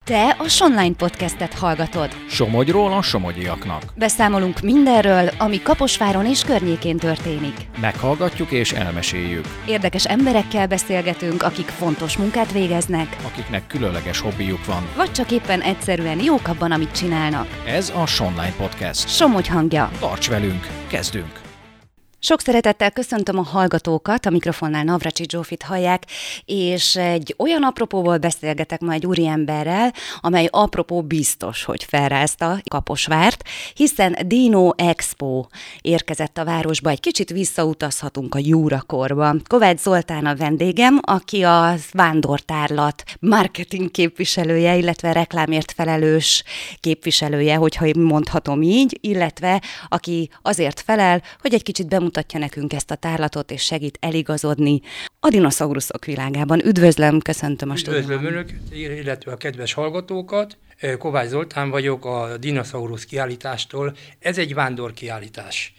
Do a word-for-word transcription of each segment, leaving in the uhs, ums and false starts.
Te a Sonline podcastet hallgatod. Somogyról a somogyiaknak. Beszámolunk mindenről, ami Kaposváron és környékén történik. Meghallgatjuk és elmeséljük. Érdekes emberekkel beszélgetünk, akik fontos munkát végeznek. Akiknek különleges hobbijuk van. Vagy csak éppen egyszerűen jók abban, amit csinálnak. Ez a Sonline Podcast. Somogy hangja. Tarts velünk, kezdünk! Sok szeretettel köszöntöm a hallgatókat, a mikrofonnál Navracsics Zsófit hallják, és egy olyan apropóból beszélgetek ma egy úriemberrel, amely apropó biztos, hogy felrázta Kaposvárt, hiszen Dino Expo érkezett a városba, egy kicsit visszautazhatunk a Júrakorba. Kovács Zoltán a vendégem, aki a vándortárlat marketing képviselője, illetve reklámért felelős képviselője, hogyha mondhatom így, illetve aki azért felel, hogy egy kicsit bemutatja mutatja nekünk ezt a tárlatot, és segít eligazodni a dinoszauruszok világában. Üdvözlöm, köszöntöm a stúdióban. Üdvözlöm Önök, illetve a kedves hallgatókat. Kovács Zoltán vagyok a dinoszaurusz kiállítástól. Ez egy vándorkiállítás.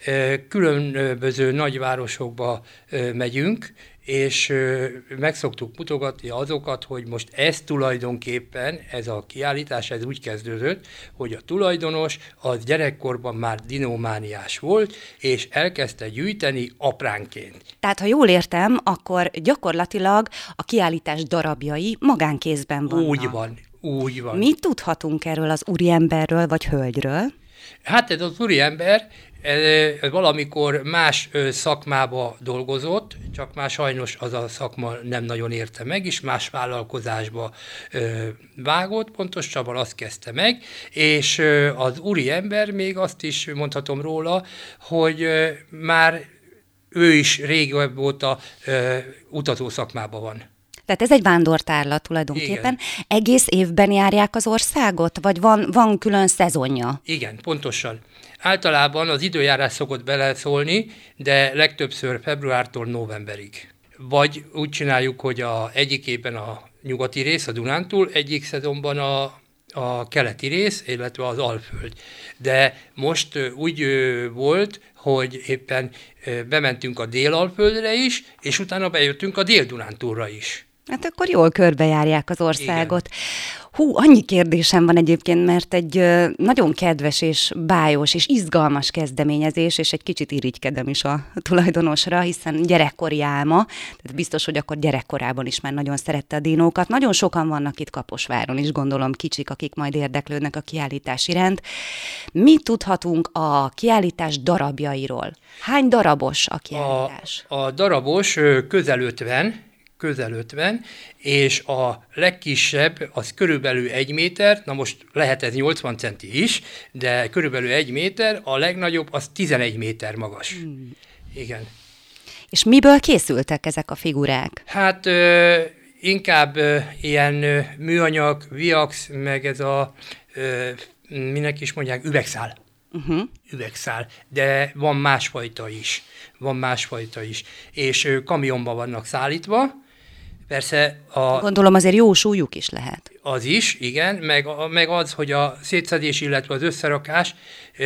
Különböző nagyvárosokba megyünk, és meg szoktuk mutogatni azokat, hogy most ez tulajdonképpen, ez a kiállítás, ez úgy kezdődött, hogy a tulajdonos az gyerekkorban már dinomániás volt, és elkezdte gyűjteni apránként. Tehát, ha jól értem, akkor gyakorlatilag a kiállítás darabjai magánkézben vannak. Úgy van, úgy van. Mit tudhatunk erről az úriemberről vagy hölgyről? Hát ez az úriember ez valamikor más szakmába dolgozott, csak már sajnos az a szakma nem nagyon érte meg, és más vállalkozásba vágott, pontosabban azt kezdte meg, és az úriember még azt is mondhatom róla, hogy már ő is régebb óta utazó szakmában van. Tehát ez egy vándortárlat tulajdonképpen. Igen. Egész évben járják az országot, vagy van, van külön szezonja? Igen, pontosan. Általában az időjárás szokott beleszólni, de legtöbbször februártól novemberig. Vagy úgy csináljuk, hogy a egyik évben a nyugati rész, a Dunántúl, egyik szezonban a, a keleti rész, illetve az Alföld. De most úgy volt, hogy éppen bementünk a Dél-Alföldre is, és utána bejöttünk a Dél-Dunántúlra is. Hát akkor jól körbejárják az országot. Igen. Hú, annyi kérdésem van egyébként, mert egy ö, nagyon kedves és bájos és izgalmas kezdeményezés, és egy kicsit irigykedem is a tulajdonosra, hiszen gyerekkori álma, tehát biztos, hogy akkor gyerekkorában is már nagyon szerette a dinókat. Nagyon sokan vannak itt Kaposváron is, gondolom kicsik, akik majd érdeklődnek a kiállítás iránt. Mit tudhatunk a kiállítás darabjairól? Hány darabos a kiállítás? A, a darabos közel ötven, közel ötven, és a legkisebb az körülbelül egy méter, na most lehet ez nyolcvan centi is, de körülbelül egy méter, a legnagyobb az tizenegy méter magas. Hmm. Igen. És miből készültek ezek a figurák? Hát ö, inkább ö, ilyen ö, műanyag, viax, meg ez a, ö, minek is mondják, üvegszál. Uh-huh. Üvegszál, de van másfajta is. Van másfajta is. És ö, kamionban vannak szállítva. Persze a, Gondolom azért jó súlyuk is lehet. Az is, igen, meg, meg az, hogy a szétszedés, illetve az összerakás,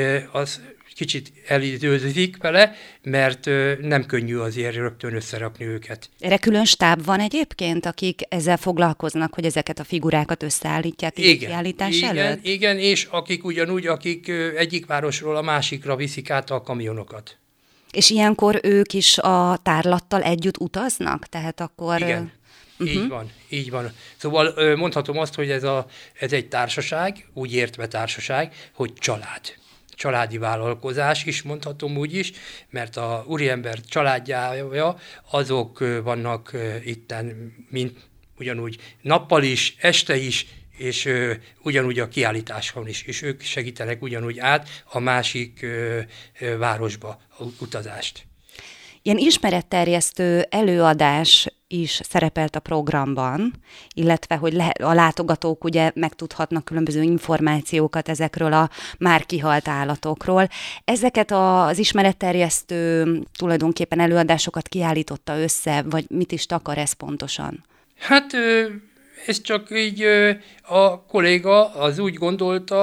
az kicsit elidőzik vele, mert nem könnyű azért rögtön összerakni őket. Erre külön stáb van egyébként, akik ezzel foglalkoznak, hogy ezeket a figurákat összeállítják egy kiállítás igen, előtt? Igen, és akik ugyanúgy, akik egyik városról a másikra viszik át a kamionokat. És ilyenkor ők is a tárlattal együtt utaznak? Tehát akkor... Igen. Uh-huh. Így van, így van. Szóval mondhatom azt, hogy ez, a, ez egy társaság, úgy értve társaság, hogy család. Családi vállalkozás is, mondhatom úgy is, mert a úriember családjája, azok vannak itten, mint ugyanúgy nappal is, este is, és ö, ugyanúgy a kiállításon is, és ők segítenek ugyanúgy át a másik ö, ö, városba a utazást. Ilyen ismeretterjesztő előadás is szerepelt a programban, illetve hogy le- a látogatók ugye megtudhatnak különböző információkat ezekről a már kihalt állatokról. Ezeket az ismeretterjesztő tulajdonképpen előadásokat kiállította össze, vagy mit is takar ez pontosan? Hát ez csak így a kolléga az úgy gondolta,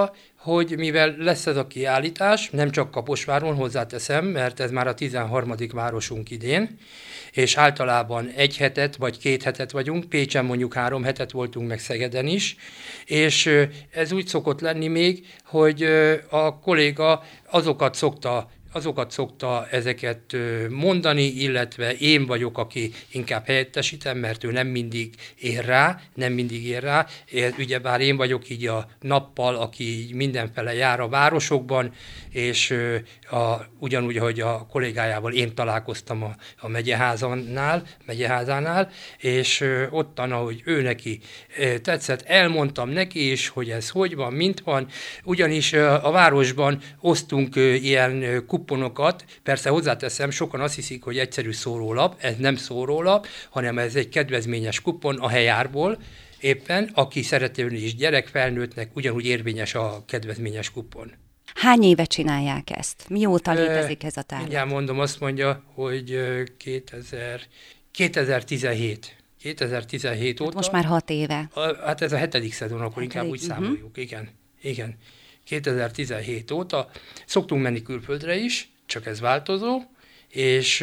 hogy mivel lesz ez a kiállítás, nem csak Kaposváron, hozzáteszem, mert ez már a tizenharmadik városunk idén, és általában egy hetet vagy két hetet vagyunk, Pécsen mondjuk három hetet voltunk, meg Szegeden is, és ez úgy szokott lenni még, hogy a kolléga azokat szokta azokat szokta ezeket mondani, illetve én vagyok, aki inkább helyettesítem, mert ő nem mindig ér rá, nem mindig ér rá. Ugyebár én vagyok így a nappal, aki mindenfele jár a városokban, és a, ugyanúgy, ahogy a kollégájával én találkoztam a, a megyeházánál, megyeházánál, és ottan, ahogy ő neki tetszett, elmondtam neki is, hogy ez hogy van, mint van, ugyanis a városban osztunk ilyen kuponokat, persze hozzáteszem, sokan azt hiszik, hogy egyszerű szórólap, ez nem szórólap, hanem ez egy kedvezményes kupon a helyárból, éppen, aki szereti önni is gyerek, felnőttnek, ugyanúgy érvényes a kedvezményes kupon. Hány éve csinálják ezt? Mióta létezik ez a tárlat? Mindjárt mondom, azt mondja, hogy kétezer, kétezer-tizenhét. kétezer-tizenhét óta. Hát most már hat éve. A, hát ez a hetedik szezon, akkor hetedik, inkább úgy uh-huh. számoljuk. Igen, igen. kétezer-tizenhét óta szoktunk menni külföldre is, csak ez változó, és,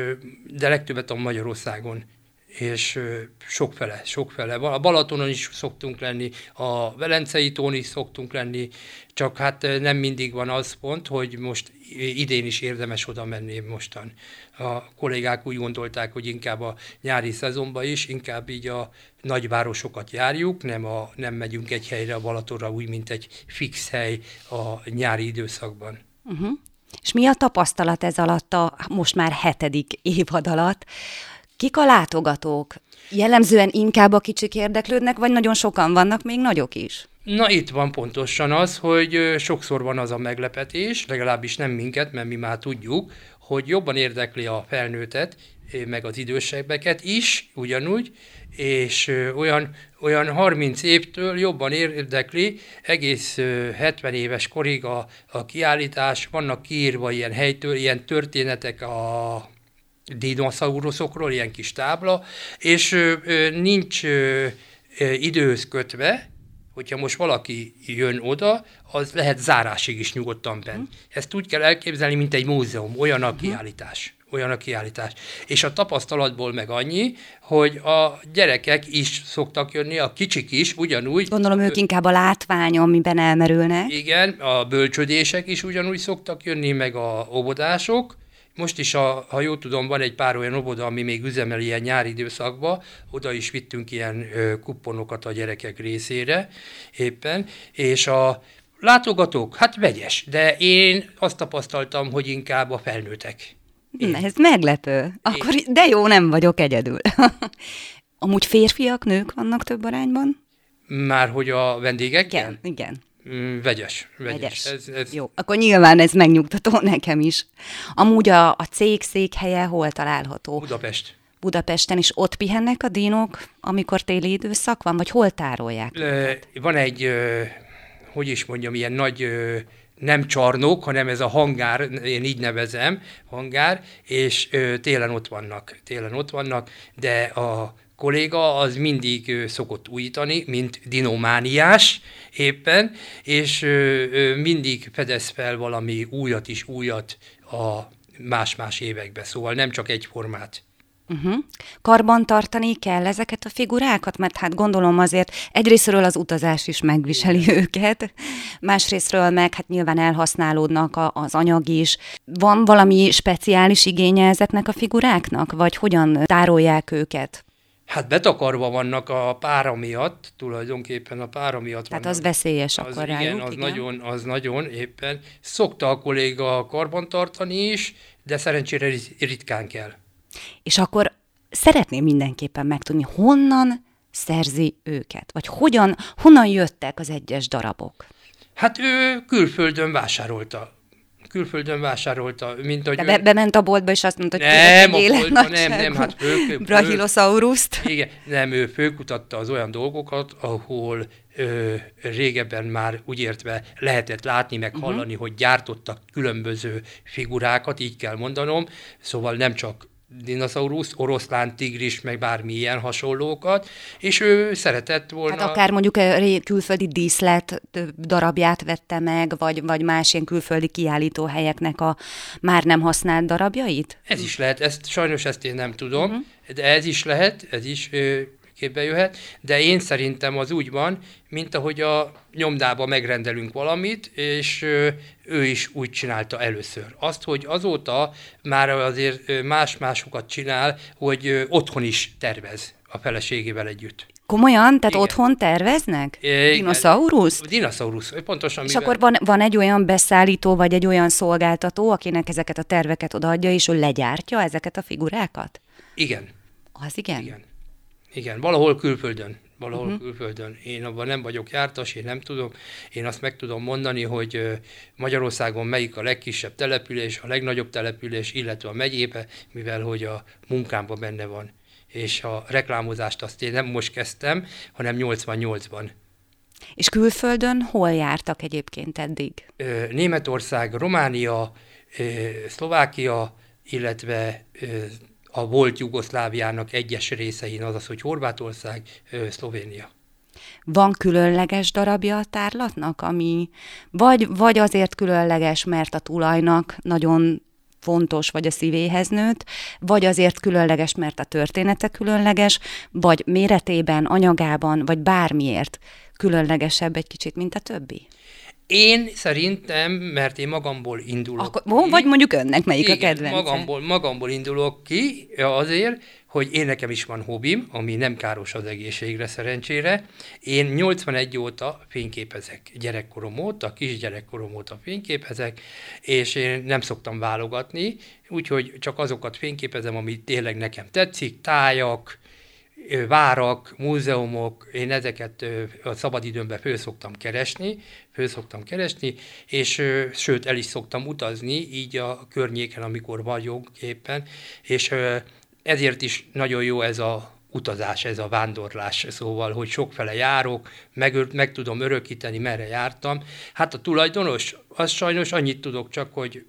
de legtöbbet a Magyarországon, és sokfele, sokfele. A Balatonon is szoktunk lenni, a Velencei tón is szoktunk lenni, csak hát nem mindig van az pont, hogy most idén is érdemes oda menni mostan. A kollégák úgy gondolták, hogy inkább a nyári szezonban is, inkább így a nagyvárosokat járjuk, nem, a, nem megyünk egy helyre a Balatonra úgy, mint egy fix hely a nyári időszakban. Uh-huh. És mi a tapasztalat ez alatt a most már hetedik évad alatt? Kik a látogatók? Jellemzően inkább a kicsik érdeklődnek, vagy nagyon sokan vannak, még nagyok is? Na itt van pontosan az, hogy sokszor van az a meglepetés, legalábbis nem minket, mert mi már tudjuk, hogy jobban érdekli a felnőttet, meg az idősebbeket is, ugyanúgy, és olyan, olyan harminc évtől jobban érdekli, egész hetven éves korig a, a kiállítás, vannak kiírva ilyen helytől, ilyen történetek a dinoszauruszokról, ilyen kis tábla, és ö, ö, nincs ö, ö, időhöz kötve, hogyha most valaki jön oda, az lehet zárásig is nyugodtan benn. Ezt úgy kell elképzelni, mint egy múzeum, olyan a kiállítás. Olyan a kiállítás. És a tapasztalatból meg annyi, hogy a gyerekek is szoktak jönni, a kicsik is ugyanúgy. Gondolom ők inkább a látvány, amiben elmerülnek. Igen, a bölcsödések is ugyanúgy szoktak jönni, meg a óvodások. Most is, a, ha jól tudom, van egy pár olyan óvoda, ami még üzemel ilyen nyári időszakban, oda is vittünk ilyen ö, kuponokat a gyerekek részére éppen, és a látogatók, hát vegyes, de én azt tapasztaltam, hogy inkább a felnőttek. Na, ez meglepő. Akkor, de jó, nem vagyok egyedül. Amúgy férfiak, nők vannak több arányban? Már hogy a vendégekkel? Igen, igen. Vegyes. vegyes. vegyes. Ez, ez... Jó, akkor nyilván ez megnyugtató nekem is. Amúgy a, a cég székhelye hol található? Budapest. Budapesten is ott pihennek a dinók, amikor téli időszak van, vagy hol tárolják? Le, van egy, hogy is mondjam, ilyen nagy, nem csarnok, hanem ez a hangár, én így nevezem, hangár, és télen ott vannak, télen ott vannak, de a kolléga az mindig ö, szokott újítani, mint dinomániás éppen, és ö, ö, mindig fedez fel valami újat is, újat a más-más években, szóval nem csak egyformát. Uh-huh. Karban tartani kell ezeket a figurákat, mert hát gondolom azért egyrészről az utazás is megviseli őket, másrészről meg hát nyilván elhasználódnak a, az anyag is. Van valami speciális igénye ezeknek a figuráknak, vagy hogyan tárolják őket? Hát betakarva vannak a pára miatt, tulajdonképpen a pára miatt Tehát vannak. az veszélyes az, akkor igen, rájuk, az igen. Nagyon, az nagyon éppen. Szokta a kolléga karban tartani is, de szerencsére ritkán kell. És akkor szeretném mindenképpen megtudni, honnan szerzi őket? Vagy hogyan, honnan jöttek az egyes darabok? Hát ő külföldön vásárolta. Külföldön vásárolta, mint hogy... De be, bement a boltba, és azt mondta, hogy nem, a boltba, nem, nem, hát fő, Brachiosauruszt. Igen, nem, ő fölkutatta az olyan dolgokat, ahol ö, régebben már úgy értve lehetett látni, meg hallani, uh-huh. hogy gyártottak különböző figurákat, így kell mondanom, szóval nem csak dinoszaurusz, oroszlán, tigris, meg bármilyen hasonlókat, és ő szeretett volna... Hát akár mondjuk egy külföldi díszlet darabját vette meg, vagy, vagy más ilyen külföldi kiállítóhelyeknek a már nem használt darabjait? Ez is lehet, ezt, sajnos ezt én nem tudom, uh-huh. de ez is lehet, ez is ö, képbe jöhet, de én szerintem az úgy van, mint ahogy a nyomdába megrendelünk valamit, és ö, ő is úgy csinálta először. Azt, hogy azóta már azért más-másokat csinál, hogy ö, otthon is tervez a feleségével együtt. Komolyan? Tehát Igen. otthon terveznek? É, Dinoszaurusz? Dinoszaurusz, pontosan. És mivel... akkor van, van egy olyan beszállító, vagy egy olyan szolgáltató, akinek ezeket a terveket odaadja, és ő legyártja ezeket a figurákat? Igen. Az igen? Igen. Igen, valahol külföldön. Valahol uh-huh. külföldön. Én abban nem vagyok jártas, én nem tudom. Én azt meg tudom mondani, hogy Magyarországon melyik a legkisebb település, a legnagyobb település, illetve a megyébe, mivel hogy a munkámban benne van. És a reklámozást azt én nem most kezdtem, hanem nyolcvannyolcban. És külföldön hol jártak egyébként eddig? Németország, Románia, Szlovákia, illetve a volt Jugoszláviának egyes részein, azaz, hogy Horvátország, Szlovénia. Van különleges darabja a tárlatnak, ami vagy, vagy azért különleges, mert a tulajnak nagyon fontos, vagy a szívéhez nőtt, vagy azért különleges, mert a története különleges, vagy méretében, anyagában, vagy bármiért különlegesebb egy kicsit, mint a többi? Én szerintem, mert én magamból indulok Akkor, ki. Vagy mondjuk önnek melyik igen, a kedvence? Magamból, magamból indulok ki azért, hogy én nekem is van hobbim, ami nem káros az egészségre szerencsére. Én nyolcvanegy óta fényképezek, gyerekkorom óta, kisgyerekkorom óta fényképezek, és én nem szoktam válogatni, úgyhogy csak azokat fényképezem, ami tényleg nekem tetszik, tájak, várak, múzeumok, én ezeket a szabadidőmben föl szoktam keresni, föl szoktam keresni, és sőt, el is szoktam utazni, így a környéken, amikor vagyok éppen, és ezért is nagyon jó ez a utazás, ez a vándorlás, szóval, hogy sokfele járok, meg, meg tudom örökíteni, merre jártam. Hát a tulajdonos, az sajnos annyit tudok csak, hogy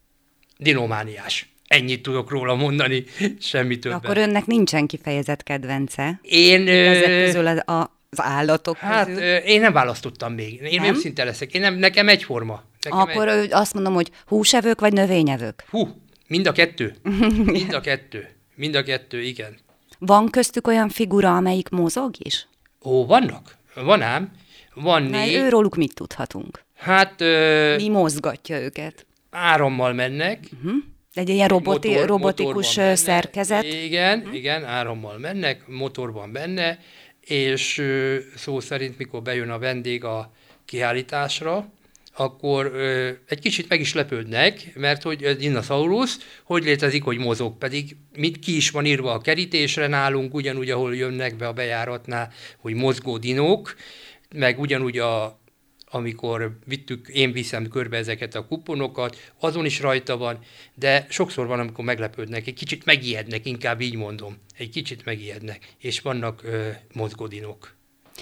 dinomániás. Ennyit tudok róla mondani, semmi többet. Akkor önnek nincsen kifejezett kedvence? Én... Ezek közül az, az állatok hát, közül? Hát én nem választottam még. Én nem őszinte leszek. Én nem, nekem egyforma. Nekem Akkor egy... azt mondom, hogy húsevők vagy növényevők? Hú, mind a kettő. Mind a kettő. Mind a kettő, igen. Van köztük olyan figura, amelyik mozog is? Ó, vannak. Van ám. Van négy. Őróluk mit tudhatunk? Hát... Ö... Mi mozgatja őket? Árammal mennek. Uh-huh. Egy ilyen roboti, motor, robotikus szerkezet. Igen, uh-huh. igen, árammal mennek, motor van benne, és szó szerint, mikor bejön a vendég a kiállításra, akkor ö, egy kicsit meg is lepődnek, mert hogy a dinoszaurusz, hogy létezik, hogy mozog, pedig mit ki is van írva a kerítésre nálunk, ugyanúgy, ahol jönnek be a bejáratnál, hogy mozgó dinók, meg ugyanúgy a amikor vittük, én viszem körbe ezeket a kuponokat, azon is rajta van, de sokszor van, amikor meglepődnek, egy kicsit megijednek, inkább így mondom, egy kicsit megijednek, és vannak ö, mozgódinok.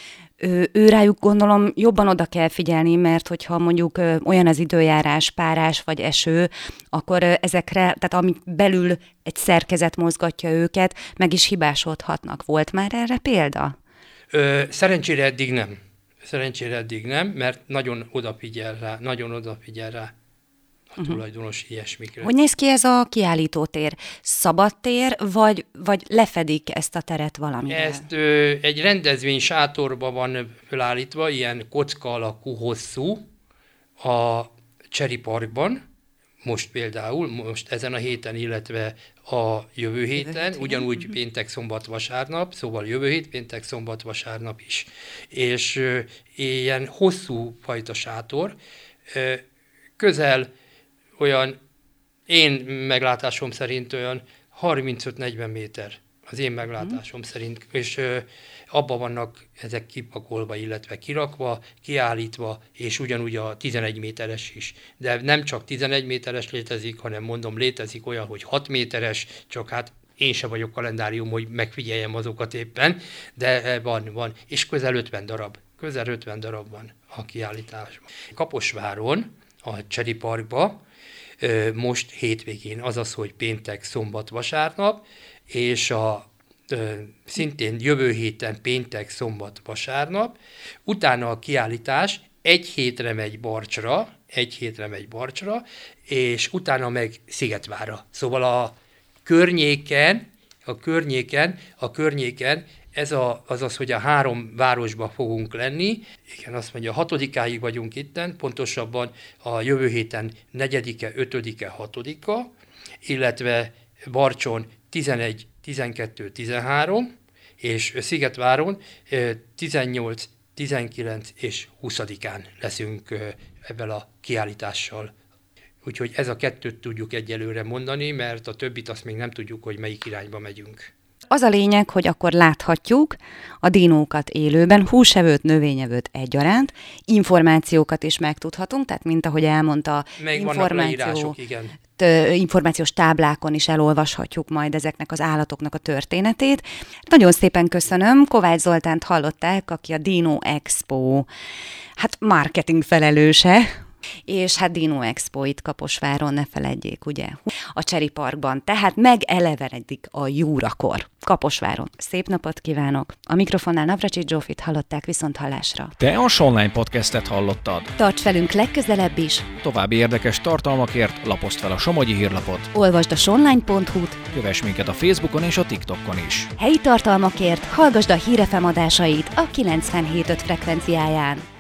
Ő, ő rájuk gondolom jobban oda kell figyelni, mert hogyha mondjuk ö, olyan az időjárás, párás vagy eső, akkor ö, ezekre, tehát ami belül egy szerkezet mozgatja őket, meg is hibásodhatnak. Volt már erre példa? Ö, szerencsére eddig nem. Szerencsére eddig nem, mert nagyon odafigyel rá, nagyon odafigyel rá a uh-huh. tulajdonos ilyesmikre. Hogy néz ki ez a kiállítótér? Szabad tér, vagy, vagy lefedik ezt a teret valamivel? Ezt ö, egy rendezvény sátorban van felállítva, ilyen kocka alakú hosszú a Cherry Parkban, most például, most ezen a héten, illetve a jövő héten, ugyanúgy uh-huh. péntek, szombat, vasárnap, szóval jövő hét, péntek, szombat, vasárnap is. És ö, ilyen hosszú fajta sátor, ö, közel olyan, én meglátásom szerint olyan harmincöt-negyven méter, az én meglátásom uh-huh. szerint, és ö, abban vannak ezek kipakolva, illetve kirakva, kiállítva, és ugyanúgy a tizenegy méteres is. De nem csak tizenegy méteres létezik, hanem mondom, létezik olyan, hogy hat méteres, csak hát én se vagyok kalendárium, hogy megfigyeljem azokat éppen, de van, van, és közel ötven darab, közel ötven darab van a kiállításban. Kaposváron, a Cherry Parkban most hétvégén, azaz, hogy péntek, szombat, vasárnap, és a szintén jövő héten péntek, szombat, vasárnap, utána a kiállítás egy hétre megy Barcsra, egy hétre megy Barcsra, és utána meg Szigetvárra. Szóval a környéken, a környéken, a környéken ez a, az az, hogy a három városba fogunk lenni. Igen, azt mondja, hatodikáig vagyunk itten, pontosabban a jövő héten negyedike, ötödike, hatodika, illetve Barcson tizenegy, tizenkettő, tizenhárom, és Szigetváron tizennyolc, tizenkilenc és huszadikán leszünk ebben a kiállítással. Úgyhogy ez a kettőt tudjuk egyelőre mondani, mert a többit azt még nem tudjuk, hogy melyik irányba megyünk. Az a lényeg, hogy akkor láthatjuk a dinókat élőben, húsevőt, növényevőt egyaránt, információkat is megtudhatunk, tehát mint ahogy elmondta, meg vannak leírások, igen. információs táblákon is elolvashatjuk majd ezeknek az állatoknak a történetét. Nagyon szépen köszönöm, Kovács Zoltánt hallották, aki a Dino Expo hát marketing felelőse, és hát Dino Expo itt Kaposváron, ne feledjék, ugye, a Cseri Parkban, tehát megelevenedik a júrakor Kaposváron. Szép napot kívánok! A mikrofonnál Navracsics Zsófit hallották, viszont hallásra. Te a Sonline podcastet hallottad. Tarts velünk legközelebb is! További érdekes tartalmakért lapozd fel a Somogyi hírlapot. Olvasd a sonline pont hu-t. Kövess minket a Facebookon és a TikTokon is. Helyi tartalmakért hallgasd a Hír ef em adásait a kilencvenhét öt frekvenciáján.